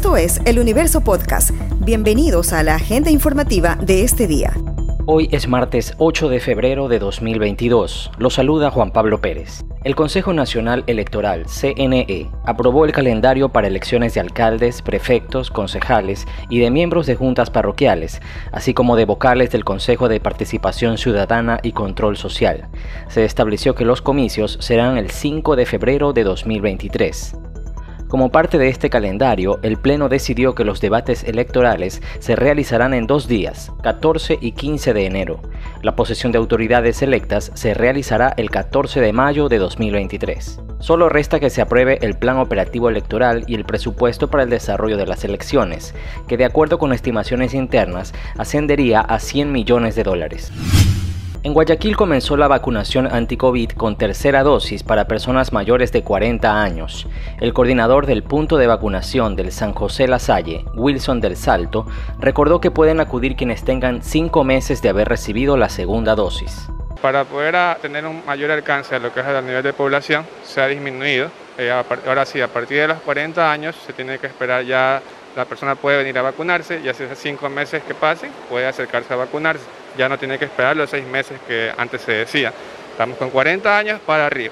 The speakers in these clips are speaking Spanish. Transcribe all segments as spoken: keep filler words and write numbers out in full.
Esto es El Universo Podcast. Bienvenidos a la agenda informativa de este día. Hoy es martes ocho de febrero de dos mil veintidós. Los saluda Juan Pablo Pérez. El Consejo Nacional Electoral, C N E, aprobó el calendario para elecciones de alcaldes, prefectos, concejales y de miembros de juntas parroquiales, así como de vocales del Consejo de Participación Ciudadana y Control Social. Se estableció que los comicios serán el cinco de febrero de dos mil veintitrés. Como parte de este calendario, el Pleno decidió que los debates electorales se realizarán en dos días, catorce y quince de enero. La posesión de autoridades electas se realizará el catorce de mayo de dos mil veintitrés. Solo resta que se apruebe el Plan Operativo Electoral y el presupuesto para el desarrollo de las elecciones, que de acuerdo con estimaciones internas ascendería a cien millones de dólares. En Guayaquil comenzó la vacunación anti-COVID con tercera dosis para personas mayores de cuarenta años. El coordinador del punto de vacunación del San José La Salle, Wilson del Salto, recordó que pueden acudir quienes tengan cinco meses de haber recibido la segunda dosis. Para poder a, tener un mayor alcance a lo que es el nivel de población, se ha disminuido. Eh, a, ahora sí, a partir de los cuarenta años se tiene que esperar ya, la persona puede venir a vacunarse, y hace cinco meses que pasen puede acercarse a vacunarse. Ya no tiene que esperar los seis meses que antes se decía. Estamos con cuarenta años para arriba.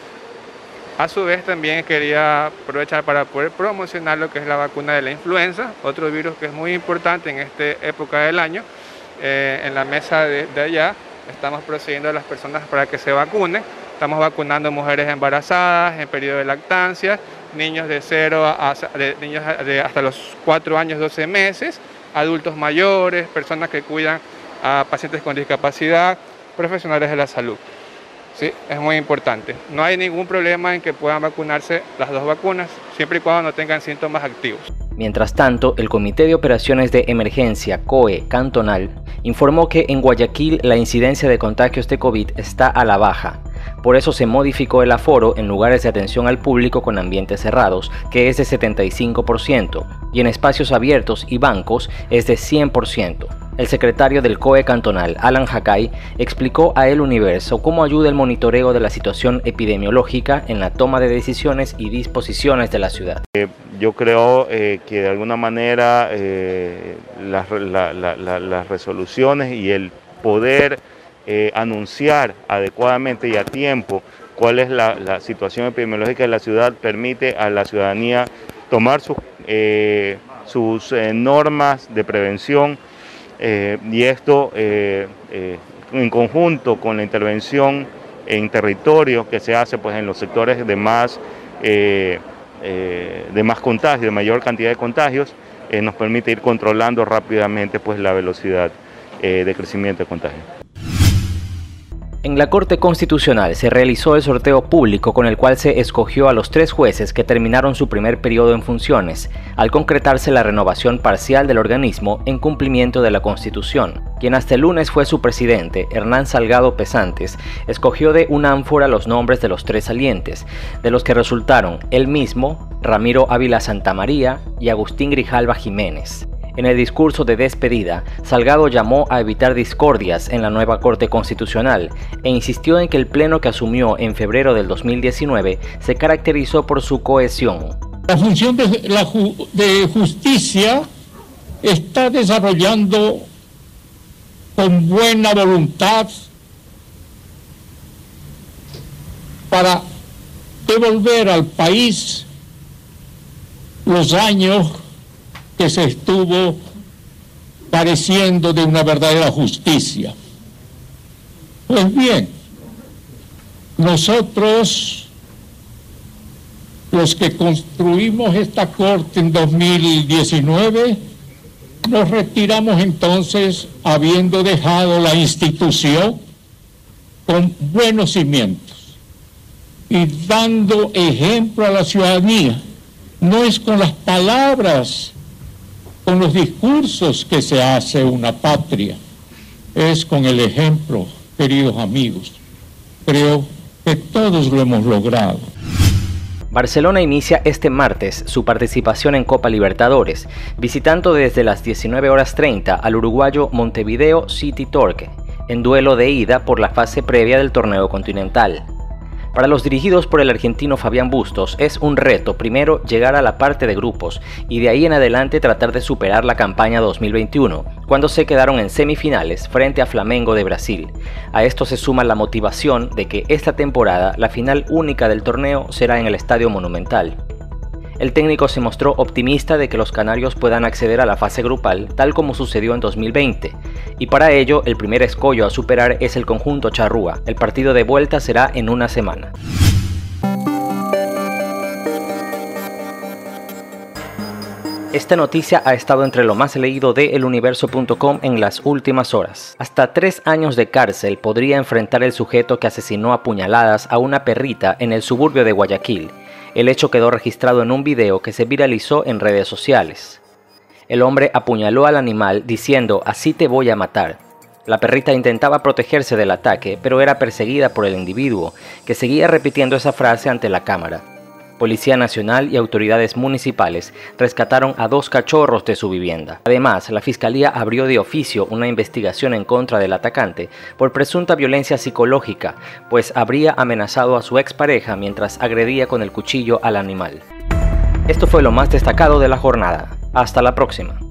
A su vez también quería aprovechar para poder promocionar lo que es la vacuna de la influenza, otro virus que es muy importante en esta época del año. Eh, en la mesa de, de allá estamos procediendo a las personas para que se vacunen. Estamos vacunando mujeres embarazadas, en periodo de lactancia, niños de cero a, de, niños de hasta los cuatro años, doce meses, adultos mayores, personas que cuidan a pacientes con discapacidad, profesionales de la salud. Sí, es muy importante. No hay ningún problema en que puedan vacunarse las dos vacunas, siempre y cuando no tengan síntomas activos. Mientras tanto, el Comité de Operaciones de Emergencia, C O E, cantonal, informó que en Guayaquil la incidencia de contagios de COVID está a la baja. Por eso se modificó el aforo en lugares de atención al público con ambientes cerrados, que es de setenta y cinco por ciento, y en espacios abiertos y bancos es de cien por ciento. El secretario del C O E cantonal, Alan Jacay, explicó a El Universo cómo ayuda el monitoreo de la situación epidemiológica en la toma de decisiones y disposiciones de la ciudad. Eh, yo creo eh, que de alguna manera eh, las, la, la, la, las resoluciones y el poder eh, anunciar adecuadamente y a tiempo cuál es la, la situación epidemiológica de la ciudad permite a la ciudadanía tomar sus, eh, sus eh, normas de prevención. Eh, y esto eh, eh, en conjunto con la intervención en territorio que se hace pues, en los sectores de más, eh, eh, de más contagio, de mayor cantidad de contagios, eh, nos permite ir controlando rápidamente pues, la velocidad eh, de crecimiento de contagio. En la Corte Constitucional se realizó el sorteo público con el cual se escogió a los tres jueces que terminaron su primer periodo en funciones, al concretarse la renovación parcial del organismo en cumplimiento de la Constitución. Quien hasta el lunes fue su presidente, Hernán Salgado Pesantes, escogió de una ánfora los nombres de los tres salientes, de los que resultaron él mismo, Ramiro Ávila Santamaría y Agustín Grijalva Jiménez. En el discurso de despedida, Salgado llamó a evitar discordias en la nueva Corte Constitucional e insistió en que el pleno que asumió en febrero del dos mil diecinueve se caracterizó por su cohesión. La función de, la ju de justicia está desarrollando con buena voluntad para devolver al país los años que se estuvo careciendo de una verdadera justicia. Pues bien, nosotros, los que construimos esta corte en dos mil diecinueve, nos retiramos entonces habiendo dejado la institución con buenos cimientos y dando ejemplo a la ciudadanía. No es con las palabras, con los discursos que se hace una patria, es con el ejemplo, queridos amigos. Creo que todos lo hemos logrado. Barcelona inicia este martes su participación en Copa Libertadores, visitando desde las diecinueve horas treinta al uruguayo Montevideo City Torque, en duelo de ida por la fase previa del torneo continental. Para los dirigidos por el argentino Fabián Bustos es un reto primero llegar a la parte de grupos y de ahí en adelante tratar de superar la campaña dos mil veintiuno, cuando se quedaron en semifinales frente a Flamengo de Brasil. A esto se suma la motivación de que esta temporada la final única del torneo será en el Estadio Monumental. El técnico se mostró optimista de que los canarios puedan acceder a la fase grupal tal como sucedió en dos mil veinte, y para ello el primer escollo a superar es el conjunto charrúa. El partido de vuelta será en una semana. Esta noticia ha estado entre lo más leído de el universo punto com en las últimas horas. Hasta tres años de cárcel podría enfrentar el sujeto que asesinó a puñaladas a una perrita en el suburbio de Guayaquil. El hecho quedó registrado en un video que se viralizó en redes sociales. El hombre apuñaló al animal diciendo "así te voy a matar". La perrita intentaba protegerse del ataque, pero era perseguida por el individuo, que seguía repitiendo esa frase ante la cámara. Policía Nacional y autoridades municipales rescataron a dos cachorros de su vivienda. Además, la Fiscalía abrió de oficio una investigación en contra del atacante por presunta violencia psicológica, pues habría amenazado a su expareja mientras agredía con el cuchillo al animal. Esto fue lo más destacado de la jornada. Hasta la próxima.